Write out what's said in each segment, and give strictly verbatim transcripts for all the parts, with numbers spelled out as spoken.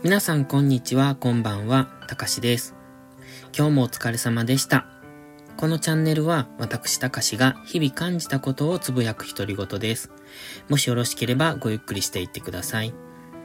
皆さんこんにちは、こんばんは、たかしです。今日もお疲れ様でした。このチャンネルは私たかしが日々感じたことをつぶやく独り言です。もしよろしければごゆっくりしていってください。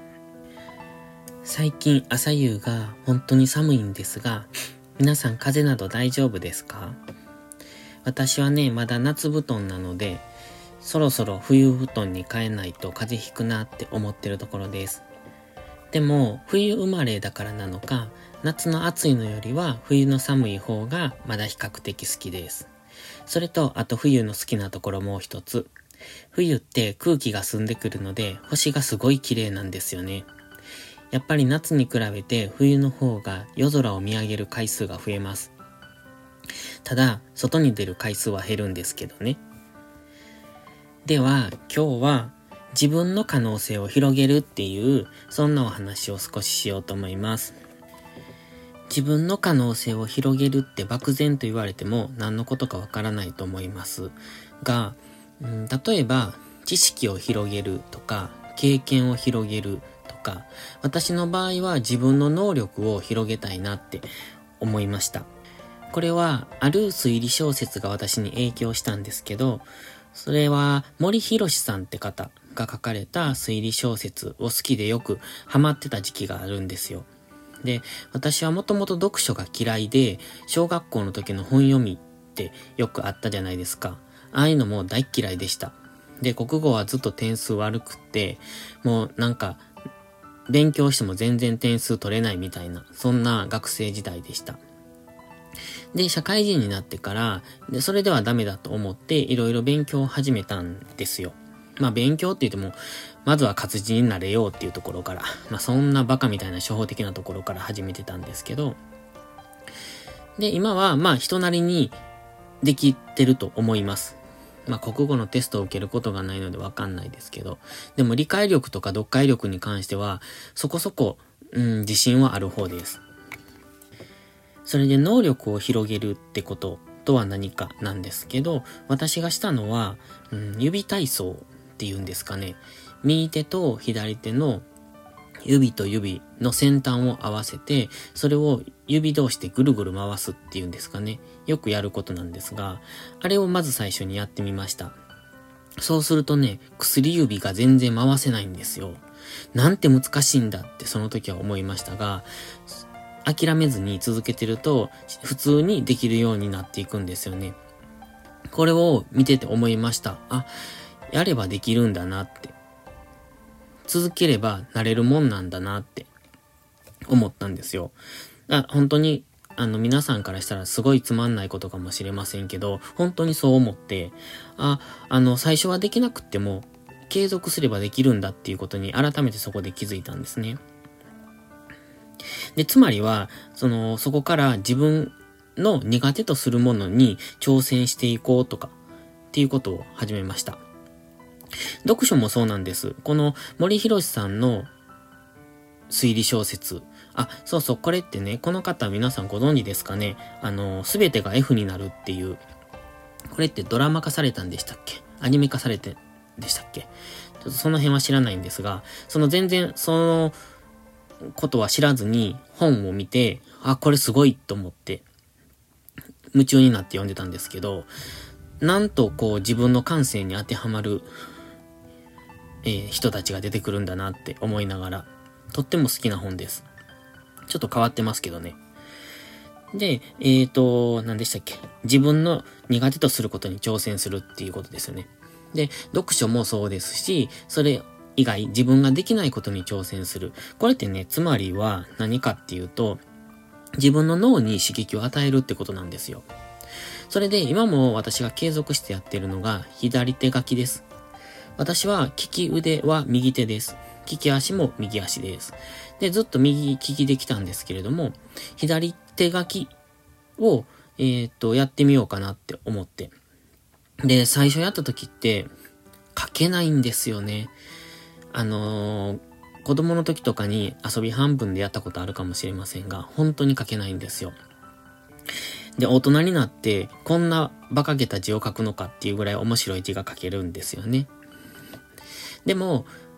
最近朝夕が本当に寒いんですが、皆さん風邪など大丈夫ですか？私はね、まだ夏布団なので、そろそろ冬布団に変えないと風邪ひくなって思ってるところです。でも冬生まれだからなのか、夏の暑いのよりは冬の寒い方がまだ比較的好きです。それとあと冬の好きなところもう一つ。冬って空気が澄んでくるので星がすごい綺麗なんですよね。やっぱり夏に比べて冬の方が夜空を見上げる回数が増えます。ただ外に出る回数は減るんですけどね。では今日は自分の可能性を広げるっていう、そんなお話を少ししようと思います。自分の可能性を広げるって漠然と言われても何のことかわからないと思いますが、うん、例えば知識を広げるとか経験を広げるとか、私の場合は自分の能力を広げたいなって思いました。これはある推理小説が私に影響したんですけど、それは森博さんって方が書かれた推理小説を好きでよくハマってた時期があるんですよ。で、私はもともと読書が嫌いで、小学校の時の本読みってよくあったじゃないですか。ああいうのも大嫌いでした。で、国語はずっと点数悪くって、もうなんか勉強しても全然点数取れないみたいな、そんな学生時代でした。で、社会人になってから、で、それではダメだと思って、いろいろ勉強を始めたんですよ。まあ、勉強って言っても、まずは活字になれようっていうところから、まあ、そんなバカみたいな初歩的なところから始めてたんですけど、で、今は、まあ、人なりにできてると思います。まあ、国語のテストを受けることがないのでわかんないですけど、でも理解力とか読解力に関しては、そこそこ、うん、自信はある方です。それで能力を広げるってこととは何かなんですけど、私がしたのは、うん、指体操っていうんですかね。右手と左手の指と指の先端を合わせて、それを指同士でぐるぐる回すっていうんですかね。よくやることなんですが、あれをまず最初にやってみました。そうするとね、薬指が全然回せないんですよ。なんて難しいんだってその時は思いましたが、諦めずに続けてると普通にできるようになっていくんですよね。これを見てて思いました。あ、やればできるんだなって。続ければなれるもんなんだなって思ったんですよ。あ、本当にあの皆さんからしたらすごいつまんないことかもしれませんけど、本当にそう思って、あ、あの最初はできなくっても継続すればできるんだっていうことに改めてそこで気づいたんですね。で、つまりは、その、そこから自分の苦手とするものに挑戦していこうとか、っていうことを始めました。読書もそうなんです。この森博さんの推理小説。あ、そうそう、これってね、この方皆さんご存知ですかね？あの、すべてが F になるっていう、これってドラマ化されたんでしたっけ？アニメ化されてでしたっけ？ちょっとその辺は知らないんですが、その全然、その、ことは知らずに本を見て、あ、これすごいと思って夢中になって読んでたんですけど、なんとこう自分の感性に当てはまる、えー、人たちが出てくるんだなって思いながら、とっても好きな本です。ちょっと変わってますけどね。で、えーと、何でしたっけ？自分の苦手とすることに挑戦するっていうことですよね。で、読書もそうですし、それ以外自分ができないことに挑戦する。これってね、つまりは何かっていうと、自分の脳に刺激を与えるってことなんですよ。それで今も私が継続してやってるのが左手書きです。私は利き腕は右手です。利き足も右足です。で、ずっと右利きできたんですけれども、左手書きを、えー、っと、やってみようかなって思って。で、最初やった時って書けないんですよね。あのー、子供の時とかに遊び半分でやったことあるかもしれませんが、本当に書けないんですよ。で、大人になって、こんな馬鹿げた字を書くのかっていうぐらい面白い字が書けるんですよね。でも、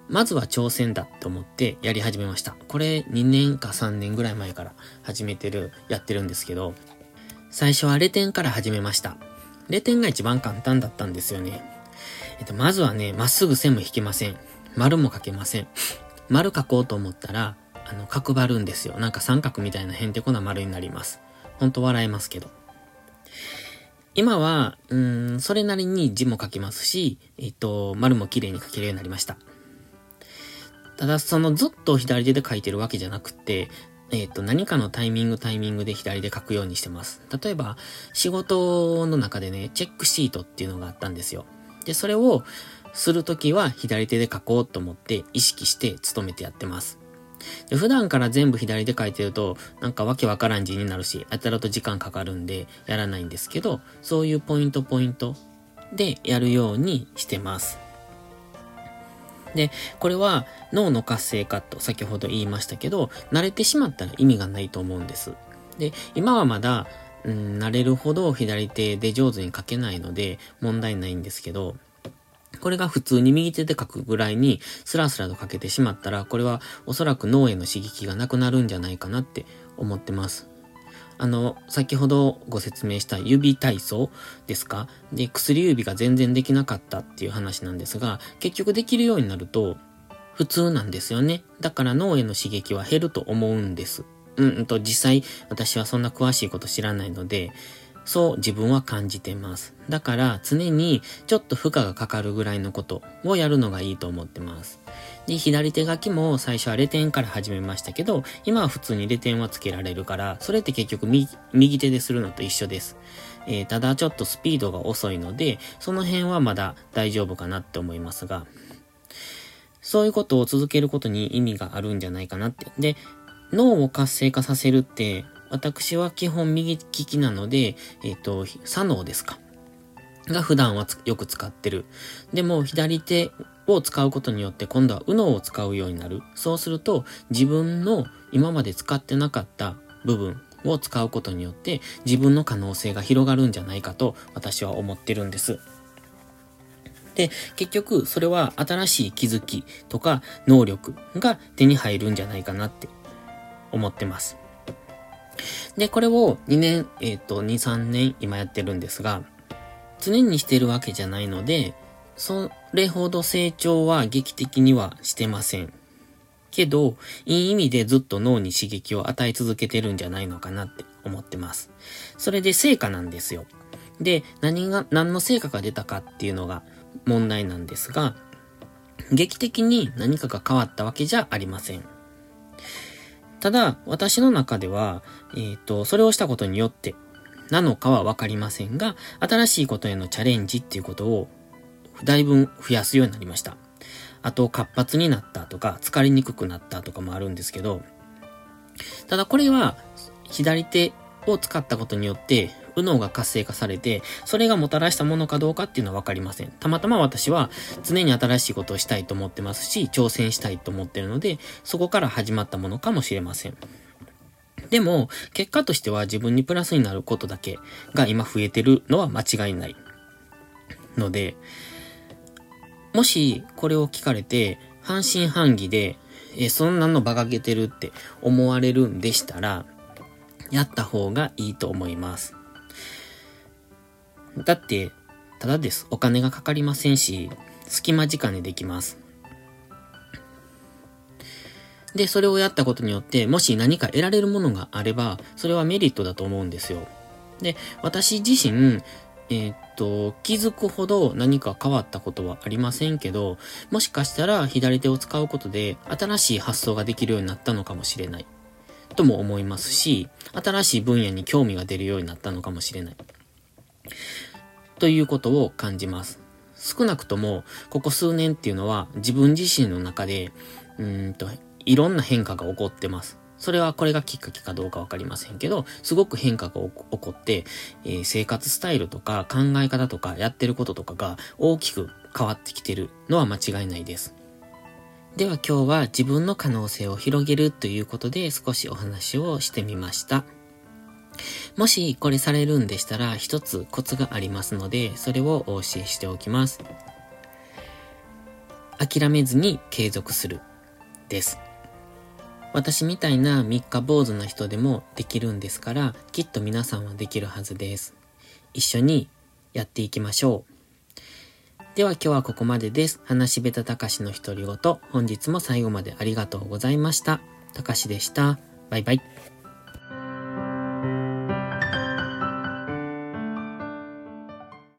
まずは挑戦だと思ってやり始めました。これにねんかさんねんぐらい前から始めてる、やってるんですけど、最初はレ点から始めました。レ点が一番簡単だったんですよね。えっと、まずはね、まっすぐ線も引けません。丸も書けません。丸書こうと思ったら、あの、角張るんですよ。なんか三角みたいなへんてこな丸になります。ほんと笑えますけど。今は、うーん、それなりに字も書きますし、えっと、丸も綺麗に書けるようになりました。ただ、そのずっと左手で書いてるわけじゃなくて、えっと、何かのタイミングタイミングで左で書くようにしてます。例えば、仕事の中でね、チェックシートっていうのがあったんですよ。で、それをするときは左手で書こうと思って意識して努めてやってます。で、普段から全部左で書いてると、なんかわけわからん字になるし、やたらと時間かかるんで、やらないんですけど、そういうポイントポイントでやるようにしてます。で、これは脳の活性化と先ほど言いましたけど、慣れてしまったら意味がないと思うんです。で、今はまだ、うん、慣れるほど左手で上手に書けないので問題ないんですけど、これが普通に右手で書くぐらいにスラスラと書けてしまったら、これはおそらく脳への刺激がなくなるんじゃないかなって思ってます。あの、先ほどご説明した指体操ですか？で、薬指が全然できなかったっていう話なんですが、結局できるようになると普通なんですよね。だから脳への刺激は減ると思うんです。うんと、実際私はそんな詳しいこと知らないので、そう自分は感じてます。だから常にちょっと負荷がかかるぐらいのことをやるのがいいと思ってます。で、左手書きも最初はレ点から始めましたけど、今は普通にレ点はつけられるから、それって結局右、右手でするのと一緒です。えー、ただちょっとスピードが遅いので、その辺はまだ大丈夫かなって思いますが、そういうことを続けることに意味があるんじゃないかなって。で、脳を活性化させるって、私は基本右利きなので、えっと、左脳ですか。が普段はよく使ってる。でも、左手を使うことによって今度は右脳を使うようになる。そうすると、自分の今まで使ってなかった部分を使うことによって、自分の可能性が広がるんじゃないかと私は思ってるんです。で、結局、それは新しい気づきとか能力が手に入るんじゃないかなって思ってます。で、これをにねん、えっと、に、さんねん今やってるんですが、常にしてるわけじゃないので、それほど成長は劇的にはしてません。けど、いい意味でずっと脳に刺激を与え続けてるんじゃないのかなって思ってます。それで成果なんですよ。で、何が、何の成果が出たかっていうのが問題なんですが、劇的に何かが変わったわけじゃありません。ただ、私の中では、えっと、それをしたことによって、なのかはわかりませんが、新しいことへのチャレンジっていうことを、だいぶ増やすようになりました。あと、活発になったとか、疲れにくくなったとかもあるんですけど、ただこれは、左手を使ったことによって、右脳が活性化されて、それがもたらしたものかどうかっていうのはわかりません。たまたま私は常に新しいことをしたいと思ってますし、挑戦したいと思ってるので、そこから始まったものかもしれません。でも、結果としては自分にプラスになることだけが今増えてるのは間違いない。ので、もしこれを聞かれて、半信半疑で、え、そんなの馬鹿げてるって思われるんでしたら、やった方がいいと思います。だって、ただです。お金がかかりませんし、隙間時間でできます。で、それをやったことによって、もし何か得られるものがあれば、それはメリットだと思うんですよ。で、私自身、えー、っと、気づくほど何か変わったことはありませんけど、もしかしたら左手を使うことで新しい発想ができるようになったのかもしれない。とも思いますし、新しい分野に興味が出るようになったのかもしれない。ということを感じます。少なくとも、ここ数年っていうのは自分自身の中で、うーんと、いろんな変化が起こってます。それはこれがきっかけかどうかわかりませんけど、すごく変化が起こって、えー、生活スタイルとか考え方とかやってることとかが大きく変わってきてるのは間違いないです。では今日は自分の可能性を広げるということで少しお話をしてみました。もしこれされるんでしたら一つコツがありますので、それをお教えしておきます。 諦めずに継続するです。私みたいな三日坊主な人でもできるんですから、きっと皆さんはできるはずです。一緒にやっていきましょう。では今日はここまでです。話しべたたかしの独り言。本日も最後までありがとうございました。たかしでした。バイバイ。